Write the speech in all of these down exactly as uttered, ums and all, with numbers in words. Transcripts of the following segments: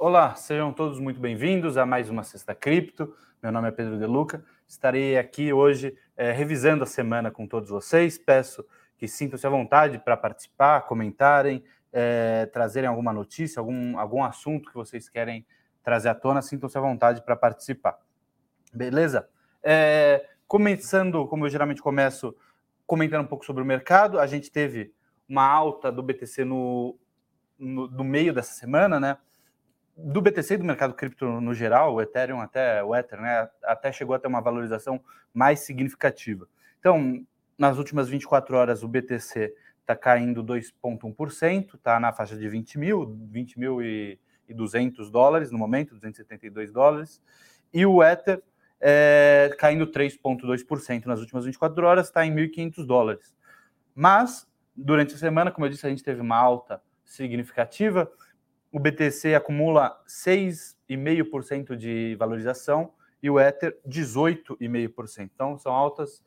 Olá, sejam todos muito bem-vindos a mais uma Sexta Cripto. Meu nome é Pedro De Luca. Estarei aqui hoje é, revisando a semana com todos vocês. Peço que sintam-se à vontade para participar, comentarem, é, trazerem alguma notícia, algum, algum assunto que vocês querem trazer à tona. Sintam-se à vontade para participar. Beleza? É, começando, como eu geralmente começo, comentando um pouco sobre o mercado. A gente teve uma alta do B T C no, no, no meio dessa semana, né? Do B T C e do mercado cripto no geral, o Ethereum até o Ether, né, até chegou a ter uma valorização mais significativa. Então, nas últimas vinte e quatro horas, o B T C está caindo dois vírgula um por cento, está na faixa de vinte mil, vinte mil e duzentos dólares no momento, duzentos e setenta e dois dólares, e o Ether é, caindo três vírgula dois por cento nas últimas vinte e quatro horas, está em mil e quinhentos dólares. Mas, durante a semana, como eu disse, a gente teve uma alta significativa. O B T C acumula seis vírgula cinco por cento de valorização e o Ether dezoito vírgula cinco por cento. Então, são altas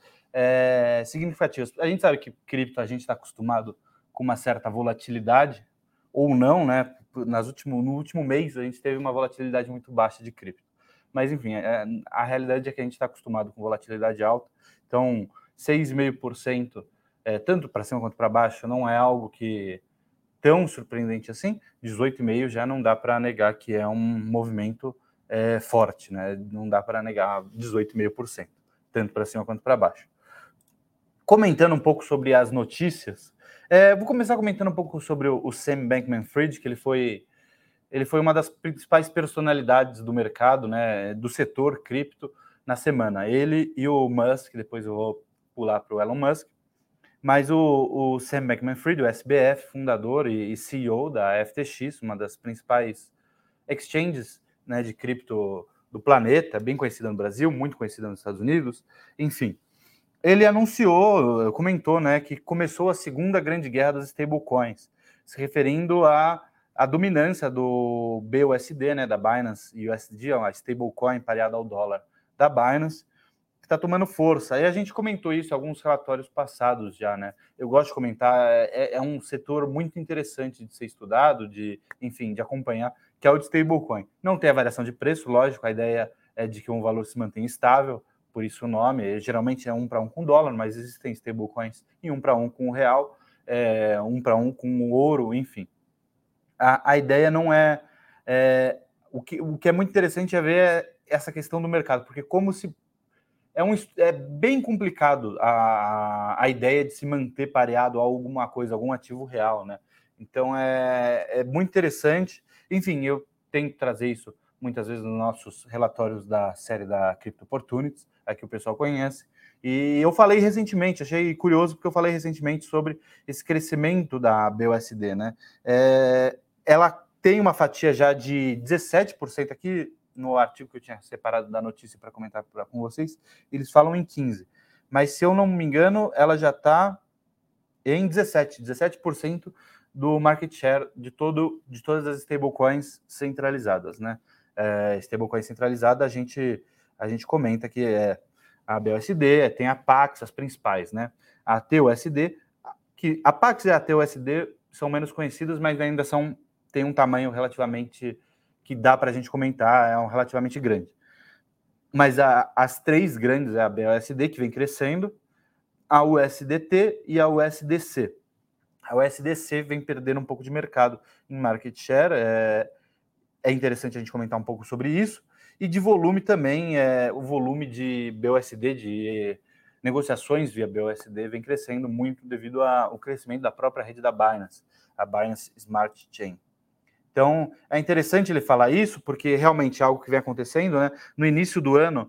é, significativas. A gente sabe que cripto a gente está acostumado com uma certa volatilidade, ou não, né? Nas último, no último mês, a gente teve uma volatilidade muito baixa de cripto. Mas, enfim, é, a realidade é que a gente está acostumado com volatilidade alta. Então, seis vírgula cinco por cento, é, tanto para cima quanto para baixo, não é algo que tão surpreendente assim. Dezoito vírgula cinco já não dá para negar que é um movimento é, forte, né? Não dá para negar dezoito vírgula cinco por cento, tanto para cima quanto para baixo. Comentando um pouco sobre as notícias, é, vou começar comentando um pouco sobre o, o Sam Bankman-Fried, que ele foi, ele foi uma das principais personalidades do mercado, né, do setor cripto na semana. Ele e o Musk, depois eu vou pular para o Elon Musk. Mas o, o Sam Bankman-Fried, o S B F, fundador e, e C E O da F T X, uma das principais exchanges, né, de cripto do planeta, bem conhecida no Brasil, muito conhecida nos Estados Unidos, enfim. Ele anunciou, comentou, né, que começou a segunda grande guerra das stablecoins, se referindo à, à dominância do B U S D, né, da Binance U S D, a stablecoin pareada ao dólar da Binance, que está tomando força. Aí a gente comentou isso em alguns relatórios passados já, né? Eu gosto de comentar, é, é um setor muito interessante de ser estudado, de, enfim, de acompanhar, que é o de stablecoin. Não tem a variação de preço, lógico, a ideia é de que um valor se mantenha estável, por isso o nome, geralmente é um para um com dólar, mas existem stablecoins em um para um com o real, é, um para um com o ouro, enfim. A, a ideia não é, é o, que, o que é muito interessante é ver essa questão do mercado, porque como se É, um, é bem complicado a, a ideia de se manter pareado a alguma coisa, algum ativo real, né? Então é, é muito interessante. Enfim, eu tento trazer isso muitas vezes nos nossos relatórios da série da Crypto Opportunities, aqui o pessoal conhece. E eu falei recentemente, achei curioso porque eu falei recentemente sobre esse crescimento da B U S D, né? É, ela tem uma fatia já de dezessete por cento aqui. No artigo que eu tinha separado da notícia para comentar pra, com vocês, eles falam em quinze. Mas, se eu não me engano, ela já está em dezessete, dezessete por cento do market share de, todo, de todas as stablecoins centralizadas, né? É, stablecoin centralizada, a gente, a gente comenta que é a B U S D, tem a Pax, as principais, né? A T U S D, que a Pax e a T U S D são menos conhecidas, mas ainda são, tem um tamanho relativamente que dá para a gente comentar, é um relativamente grande. Mas a, as três grandes é a B U S D, que vem crescendo, a U S D T e a U S D C. A U S D C vem perdendo um pouco de mercado em market share, é, é interessante a gente comentar um pouco sobre isso, e de volume também, é, o volume de B U S D, de negociações via B U S D, vem crescendo muito devido ao crescimento da própria rede da Binance, a Binance Smart Chain. Então, é interessante ele falar isso, porque realmente é algo que vem acontecendo, né? No início do ano,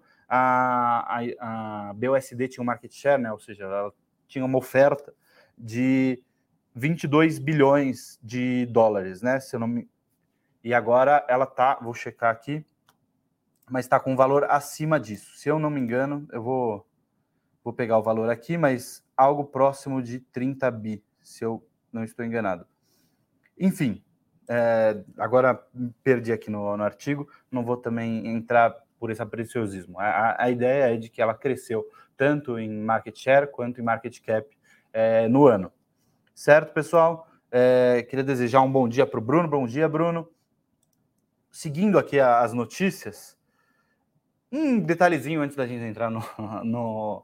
a, a, a B U S D tinha um market share, né? Ou seja, ela tinha uma oferta de vinte e dois bilhões de dólares, né? Se eu não me... E agora ela tá, vou checar aqui, mas está com um valor acima disso. Se eu não me engano, eu vou, vou pegar o valor aqui, mas algo próximo de trinta bi, se eu não estou enganado. Enfim, É, agora perdi aqui no, no artigo, não vou também entrar por esse preciosismo. A, a ideia é de que ela cresceu tanto em market share quanto em market cap é, no ano. Certo, pessoal? É, queria desejar um bom dia para o Bruno. Bom dia, Bruno. seguindo aqui as notícias, um detalhezinho antes da gente entrar no, no,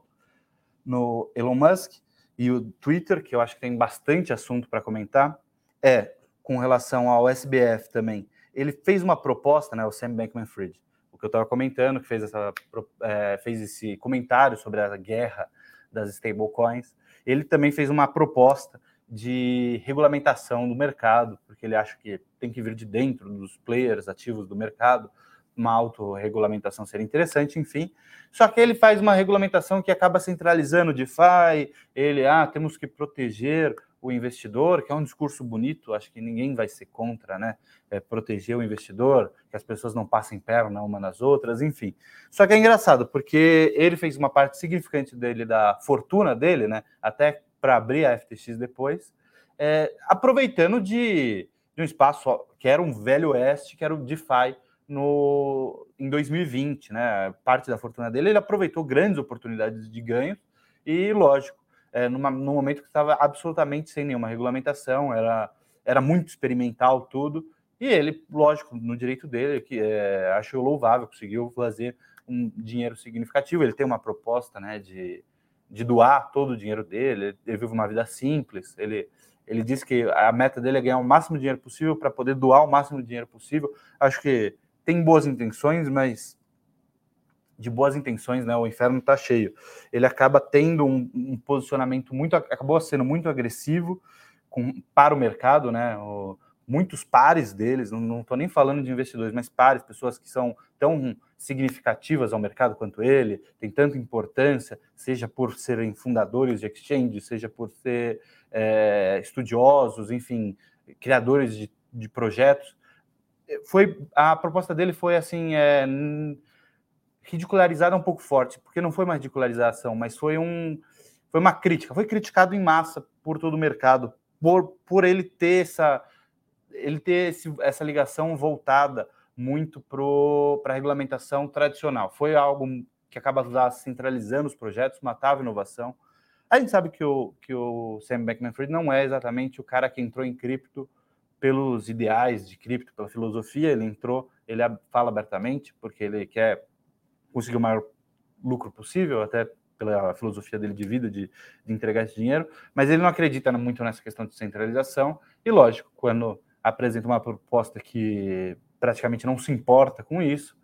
no Elon Musk e o Twitter, que eu acho que tem bastante assunto para comentar, é com relação ao S B F também. Ele fez uma proposta, né, o Sam Bankman-Fried, o que eu estava comentando, que fez, essa, é, fez esse comentário sobre a guerra das stablecoins. Ele também fez uma proposta de regulamentação do mercado, porque ele acha que tem que vir de dentro dos players ativos do mercado, uma autorregulamentação seria interessante, enfim. Só que ele faz uma regulamentação que acaba centralizando o DeFi, ele, ah, temos que proteger o investidor, que é um discurso bonito, acho que ninguém vai ser contra, né? É, proteger o investidor, que as pessoas não passem perna uma nas outras, enfim. Só que é engraçado, porque ele fez uma parte significante dele, da fortuna dele, né? Até para abrir a F T X depois, é, aproveitando de, de um espaço que era um velho oeste, que era o DeFi, No, em dois mil e vinte, né? Parte da fortuna dele, ele aproveitou grandes oportunidades de ganho e, lógico, é, numa, num momento que estava absolutamente sem nenhuma regulamentação, era, era muito experimental tudo, e ele, lógico, no direito dele, que é, achou louvável, conseguiu fazer um dinheiro significativo. Ele tem uma proposta, né, de, de doar todo o dinheiro dele, ele vive uma vida simples, ele... Ele disse que a meta dele é ganhar o máximo de dinheiro possível para poder doar o máximo de dinheiro possível. Acho que tem boas intenções, mas de boas intenções, né, o inferno está cheio. Ele acaba tendo um, um posicionamento muito, acabou sendo muito agressivo com, para o mercado, né, o, muitos pares deles, não estou nem falando de investidores, mas pares, pessoas que são tão significativas ao mercado quanto ele, tem tanta importância, seja por serem fundadores de exchange, seja por ser é, estudiosos, enfim, criadores de, de projetos. Foi, a proposta dele foi assim, é, ridicularizada um pouco forte, porque não foi uma ridicularização, mas foi, um, foi uma crítica, foi criticado em massa por todo o mercado, por, por ele ter essa, ele ter esse, essa ligação voltada muito para a regulamentação tradicional. Foi algo que acaba centralizando os projetos, matava a inovação. A gente sabe que o, que o Sam Bankman-Fried não é exatamente o cara que entrou em cripto pelos ideais de cripto, pela filosofia, ele entrou, ele fala abertamente, porque ele quer conseguir o maior lucro possível, até pela filosofia dele de vida, de, de entregar esse dinheiro, mas ele não acredita muito nessa questão de centralização, e lógico, quando apresenta uma proposta que praticamente não se importa com isso,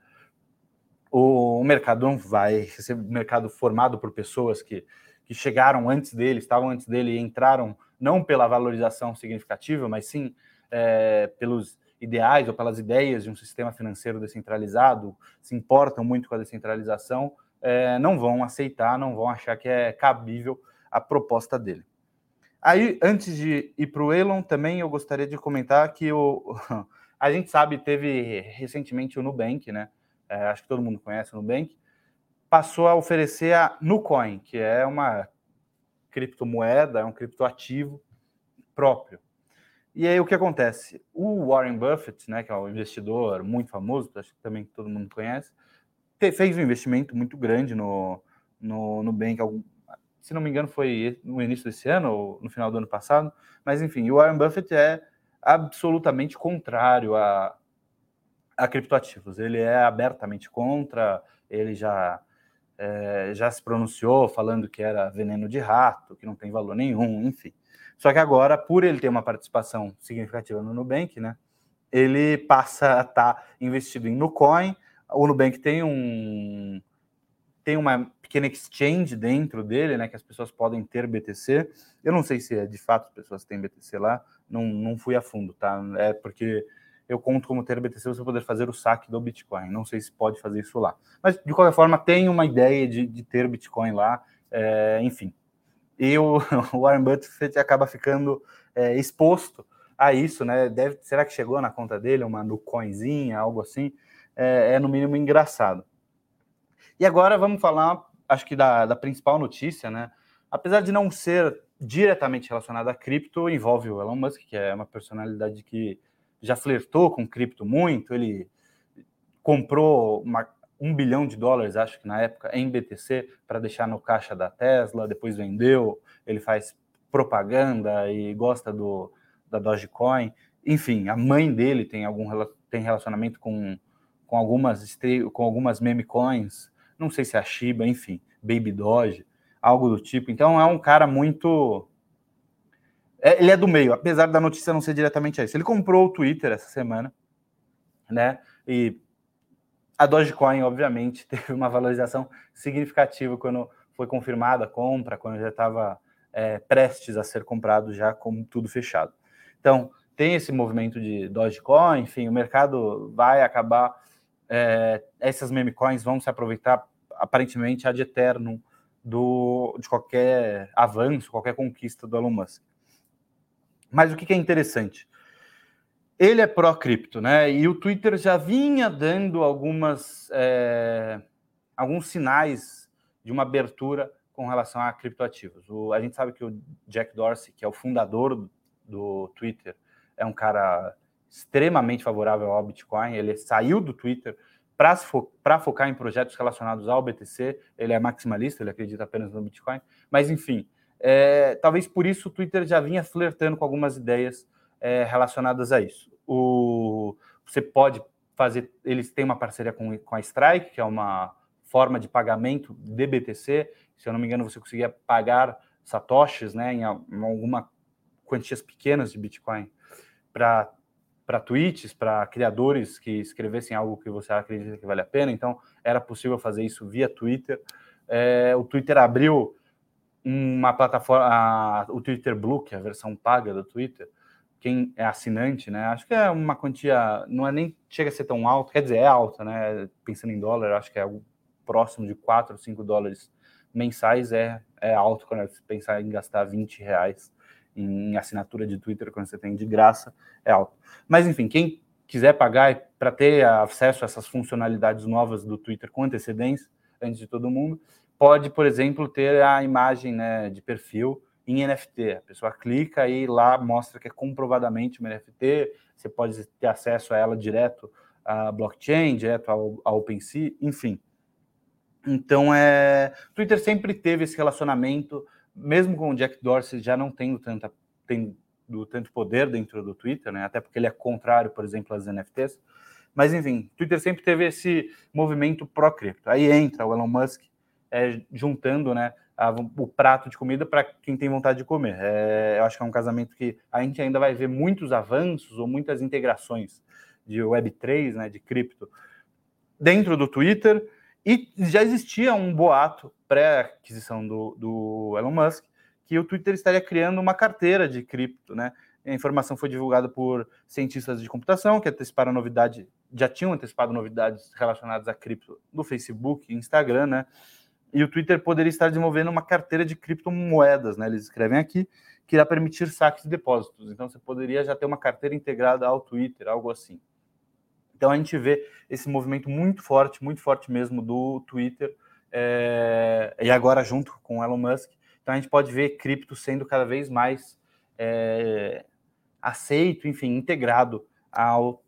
o, o mercado não vai receber, o mercado formado por pessoas que, que chegaram antes dele, estavam antes dele e entraram não pela valorização significativa, mas sim é, pelos ideais ou pelas ideias de um sistema financeiro descentralizado, se importam muito com a descentralização, é, não vão aceitar, não vão achar que é cabível a proposta dele. Aí, antes de ir para o Elon, também eu gostaria de comentar que o, a gente sabe, teve recentemente o Nubank, né? É, acho que todo mundo conhece o Nubank, passou a oferecer a Nucoin, que é uma criptomoeda, é um criptoativo próprio. E aí o que acontece? O Warren Buffett, né, que é um investidor muito famoso, acho que também todo mundo conhece, fez um investimento muito grande no, no, no Nubank, se não me engano foi no início desse ano ou no final do ano passado, mas enfim, o Warren Buffett é absolutamente contrário a, a criptoativos, ele é abertamente contra, ele já, é, já se pronunciou falando que era veneno de rato, que não tem valor nenhum, enfim. Só que agora, por ele ter uma participação significativa no Nubank, né, ele passa a estar investido em Nucoin. O Nubank tem um tem uma pequena exchange dentro dele, né, que as pessoas podem ter B T C. Eu não sei se é de fato as pessoas têm B T C lá, não, não fui a fundo, tá? É porque eu conto como ter B T C você poder fazer o saque do Bitcoin. Não sei se pode fazer isso lá. Mas, de qualquer forma, tem uma ideia de, de ter Bitcoin lá, é, enfim. E o, o Warren Buffett acaba ficando é, exposto a isso, né? Deve, será que chegou na conta dele uma Nucoinzinha, algo assim? É, é no mínimo engraçado. E agora vamos falar, acho que da, da principal notícia, né? Apesar de não ser diretamente relacionada a cripto, envolve o Elon Musk, que é uma personalidade que já flertou com cripto muito, ele comprou uma, um bilhão de dólares, acho que na época, em B T C, para deixar no caixa da Tesla, depois vendeu, ele faz propaganda e gosta do, da Dogecoin. Enfim, a mãe dele tem algum tem relacionamento com, com, algumas, com algumas meme coins, não sei se é a Shiba, enfim, Baby Doge, algo do tipo. Então é um cara muito... É, ele é do meio, apesar da notícia não ser diretamente isso. Ele comprou o Twitter essa semana, né? E a Dogecoin, obviamente, teve uma valorização significativa quando foi confirmada a compra, quando já estava é, prestes a ser comprado, já com tudo fechado. Então, tem esse movimento de Dogecoin, enfim, o mercado vai acabar... É, essas meme coins vão se aproveitar, aparentemente, ad eternum do, de qualquer avanço, qualquer conquista do Elon Musk. Mas o que é interessante? Ele é pró-cripto, né? E o Twitter já vinha dando algumas, é, alguns sinais de uma abertura com relação a criptoativos. O, a gente sabe que o Jack Dorsey, que é o fundador do, do Twitter, é um cara extremamente favorável ao Bitcoin. Ele saiu do Twitter para fo focar em projetos relacionados ao B T C. Ele é maximalista, ele acredita apenas no Bitcoin. Mas, enfim, é, talvez por isso o Twitter já vinha flertando com algumas ideias é, relacionadas a isso. O, você pode fazer... Eles têm uma parceria com, com a Strike, que é uma forma de pagamento de B T C. Se eu não me engano, você conseguia pagar satoshis, né, em, em alguma quantias pequenas de Bitcoin para para tweets, para criadores que escrevessem algo que você acredita que vale a pena. Então, era possível fazer isso via Twitter. É, o Twitter abriu uma plataforma, a, o Twitter Blue, que é a versão paga do Twitter. Quem é assinante, né? Acho que é uma quantia, não é nem chega a ser tão alta, quer dizer, é alta, né? Pensando em dólar, acho que é algo próximo de quatro, cinco dólares mensais, é, é alto quando você pensar em gastar vinte reais em assinatura de Twitter, quando você tem de graça, é alto. Mas, enfim, quem quiser pagar para ter acesso a essas funcionalidades novas do Twitter com antecedência, antes de todo mundo, pode, por exemplo, ter a imagem, né, de perfil em N F T. A pessoa clica e lá mostra que é comprovadamente uma N F T, você pode ter acesso a ela direto à blockchain, direto ao, ao OpenSea, enfim. Então, é... o Twitter sempre teve esse relacionamento, mesmo com o Jack Dorsey já não tendo, tanta, tendo tanto poder dentro do Twitter, né? Até porque ele é contrário, por exemplo, às N F Ts. Mas, enfim, o Twitter sempre teve esse movimento pró-cripto. Aí entra o Elon Musk é, juntando, né, a, o prato de comida para quem tem vontade de comer. É, eu acho que é um casamento que a gente ainda vai ver muitos avanços ou muitas integrações de web três, né, de cripto, dentro do Twitter. E já existia um boato pré-aquisição do, do Elon Musk que o Twitter estaria criando uma carteira de cripto, né? A informação foi divulgada por cientistas de computação que anteciparam novidade, já tinham antecipado novidades relacionadas a cripto no Facebook e Instagram, né? E o Twitter poderia estar desenvolvendo uma carteira de criptomoedas, né? Eles escrevem aqui que irá permitir saques e depósitos. Então você poderia já ter uma carteira integrada ao Twitter, algo assim. Então a gente vê esse movimento muito forte, muito forte mesmo do Twitter, é, e agora junto com o Elon Musk. Então a gente pode ver cripto sendo cada vez mais é, aceito, enfim, integrado ao,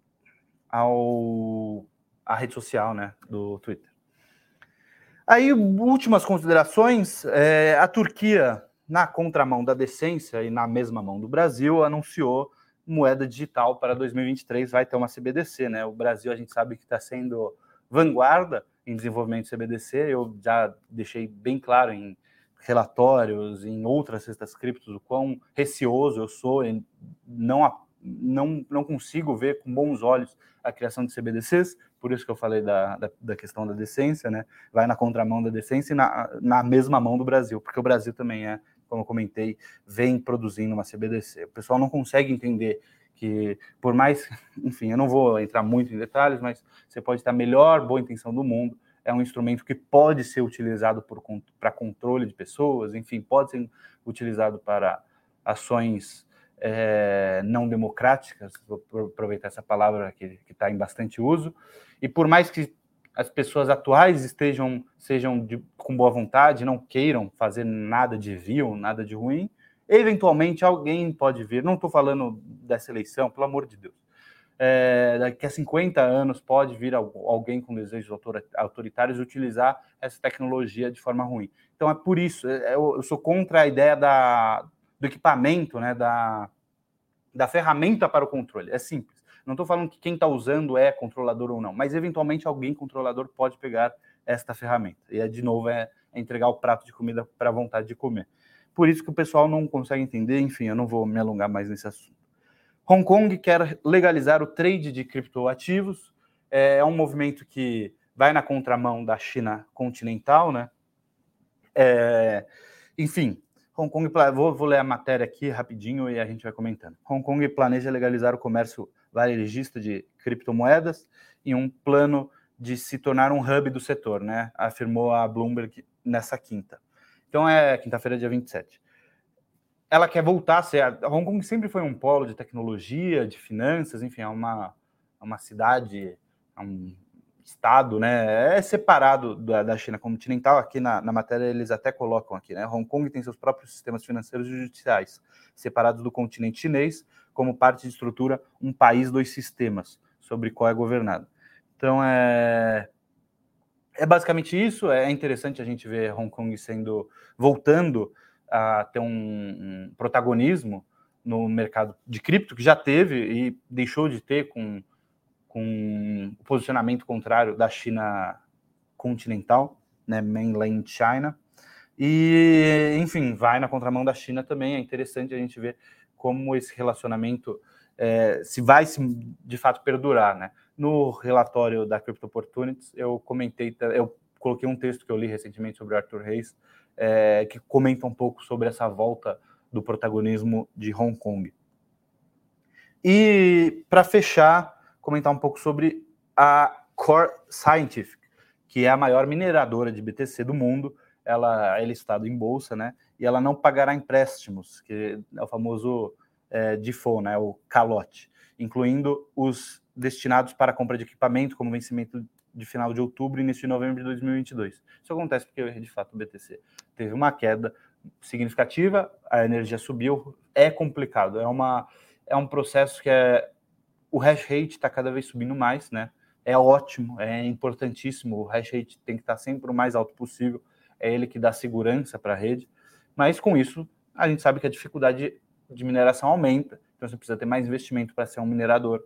ao à rede social, né, do Twitter. Aí, últimas considerações, é, a Turquia, na contramão da decência e na mesma mão do Brasil, anunciou moeda digital para dois mil e vinte e três, vai ter uma C B D C, né? O Brasil, a gente sabe que está sendo vanguarda em desenvolvimento de C B D C, eu já deixei bem claro em relatórios, em outras cestas criptos, o quão receoso eu sou, em não, não, não consigo ver com bons olhos a criação de C B D Cs, por isso que eu falei da, da, da questão da decência, né? Vai na contramão da decência e na, na mesma mão do Brasil, porque o Brasil também é, como eu comentei, vem produzindo uma C B D C. O pessoal não consegue entender que, por mais, enfim, eu não vou entrar muito em detalhes, mas você pode ter a melhor boa intenção do mundo, é um instrumento que pode ser utilizado para controle de pessoas, enfim, pode ser utilizado para ações é, não democráticas, vou aproveitar essa palavra que está em bastante uso, e por mais que as pessoas atuais estejam sejam de, com boa vontade, não queiram fazer nada de vil, nada de ruim, eventualmente alguém pode vir, não estou falando dessa eleição, pelo amor de Deus, é, daqui a cinquenta anos pode vir alguém com desejos autoritários utilizar essa tecnologia de forma ruim. Então é por isso, eu sou contra a ideia da, do equipamento, né, da, da ferramenta para o controle. É simples. Não estou falando que quem está usando é controlador ou não, mas eventualmente alguém controlador pode pegar esta ferramenta. E, é, de novo, é, é entregar o prato de comida para a vontade de comer. Por isso que o pessoal não consegue entender, enfim, eu não vou me alongar mais nesse assunto. Hong Kong quer legalizar o trade de criptoativos, é um movimento que vai na contramão da China continental, né? É, enfim, Hong Kong, vou, vou ler a matéria aqui rapidinho e a gente vai comentando. Hong Kong planeja legalizar o comércio varejista de criptomoedas em um plano de se tornar um hub do setor, né? Afirmou a Bloomberg nessa quinta. Então é quinta-feira, dia vinte e sete. Ela quer voltar a ser... A Hong Kong sempre foi um polo de tecnologia, de finanças, enfim, é uma, uma cidade, é um estado, né? É separado da, da China continental. Aqui na, na matéria eles até colocam aqui, né? Hong Kong tem seus próprios sistemas financeiros e judiciais, separados do continente chinês, como parte de estrutura um país, dois sistemas, sobre qual é governado. Então, é... É basicamente isso. É interessante a gente ver Hong Kong sendo, voltando a ter um, um protagonismo no mercado de cripto, que já teve e deixou de ter com, com o posicionamento contrário da China continental, né, mainland China. E, enfim, vai na contramão da China também. É interessante a gente ver como esse relacionamento é, se vai se, de fato perdurar, né? No relatório da Crypto Opportunities, eu comentei, eu coloquei um texto que eu li recentemente sobre o Arthur Reis, é, que comenta um pouco sobre essa volta do protagonismo de Hong Kong. E, para fechar, comentar um pouco sobre a Core Scientific, que é a maior mineradora de B T C do mundo. Ela é listada em bolsa, né? E ela não pagará empréstimos, que é o famoso é, D F O, né? O calote, incluindo os destinados para a compra de equipamento, como vencimento de final de outubro e início de novembro de dois mil e vinte e dois. Isso acontece porque, de fato, o B T C teve uma queda significativa, a energia subiu, é complicado, é, uma, é um processo que é... O hash rate está cada vez subindo mais, né? É ótimo, é importantíssimo, o hash rate tem que estar sempre o mais alto possível, é ele que dá segurança para a rede, mas com isso a gente sabe que a dificuldade de mineração aumenta, então você precisa ter mais investimento para ser um minerador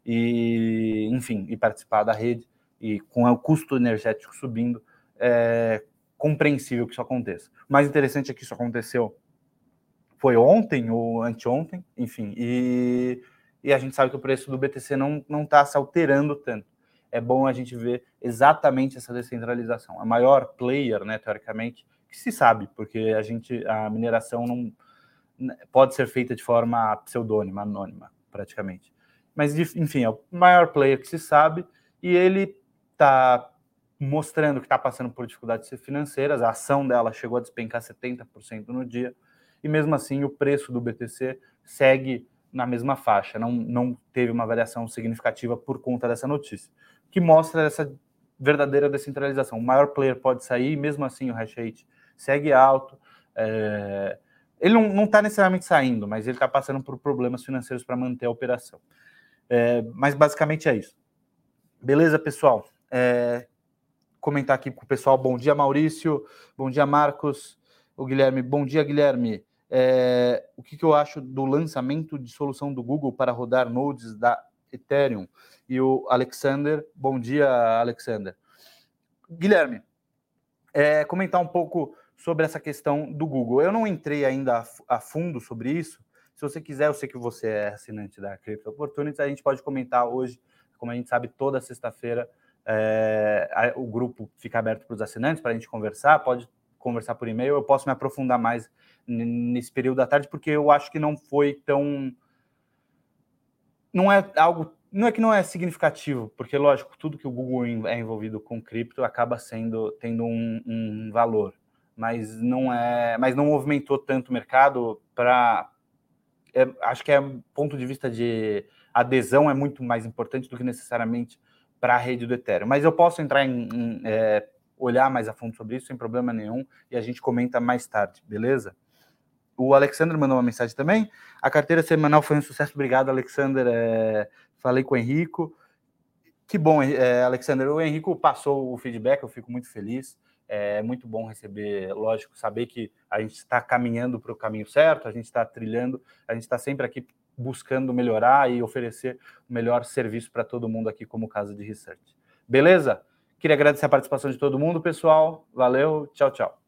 e, enfim, e participar da rede, e com o custo energético subindo, é compreensível que isso aconteça. O mais interessante é que isso aconteceu foi ontem ou anteontem, enfim, e, e a gente sabe que o preço do B T C não não está se alterando tanto. É bom a gente ver exatamente essa descentralização. A maior player, né, teoricamente, que se sabe, porque a gente, a mineração não pode ser feita de forma pseudônima, anônima, praticamente. Mas, enfim, é o maior player que se sabe, e ele está mostrando que está passando por dificuldades financeiras. A ação dela chegou a despencar setenta por cento no dia, e mesmo assim o preço do B T C segue na mesma faixa, não, não teve uma variação significativa por conta dessa notícia, que mostra essa verdadeira descentralização. O maior player pode sair, e mesmo assim o hash rate segue alto. É... Ele não está necessariamente saindo, mas ele está passando por problemas financeiros para manter a operação. É... Mas basicamente é isso. Beleza, pessoal? É... Comentar aqui com o pessoal. Bom dia, Maurício. Bom dia, Marcos. O Guilherme. Bom dia, Guilherme. É, o que, que eu acho do lançamento de solução do Google para rodar nodes da Ethereum? E o Alexander. Bom dia, Alexander. Guilherme, é, comentar um pouco sobre essa questão do Google. Eu não entrei ainda a, a fundo sobre isso. Se você quiser, eu sei que você é assinante da Crypto Opportunities, a gente pode comentar hoje. Como a gente sabe, toda sexta-feira é, a, o grupo fica aberto para os assinantes, para a gente conversar. Pode conversar por e-mail. Eu posso me aprofundar mais nesse período da tarde, porque eu acho que não foi tão... Não é algo... Não é que não é significativo, porque, lógico, tudo que o Google é envolvido com cripto acaba sendo, tendo um, um valor, mas não é, mas não movimentou tanto o mercado para... É, acho que é ponto de vista de adesão é muito mais importante do que necessariamente para a rede do Ethereum. Mas eu posso entrar em, em é, olhar mais a fundo sobre isso sem problema nenhum, e a gente comenta mais tarde, beleza? O Alexander mandou uma mensagem também. A carteira semanal foi um sucesso. Obrigado, Alexander. É, falei com o Henrico. Que bom, é, Alexander. O Henrico passou o feedback, eu fico muito feliz. É muito bom receber, lógico, saber que a gente está caminhando para o caminho certo, a gente está trilhando, a gente está sempre aqui buscando melhorar e oferecer o melhor serviço para todo mundo aqui como casa de research. Beleza? Queria agradecer a participação de todo mundo, pessoal. Valeu, tchau, tchau.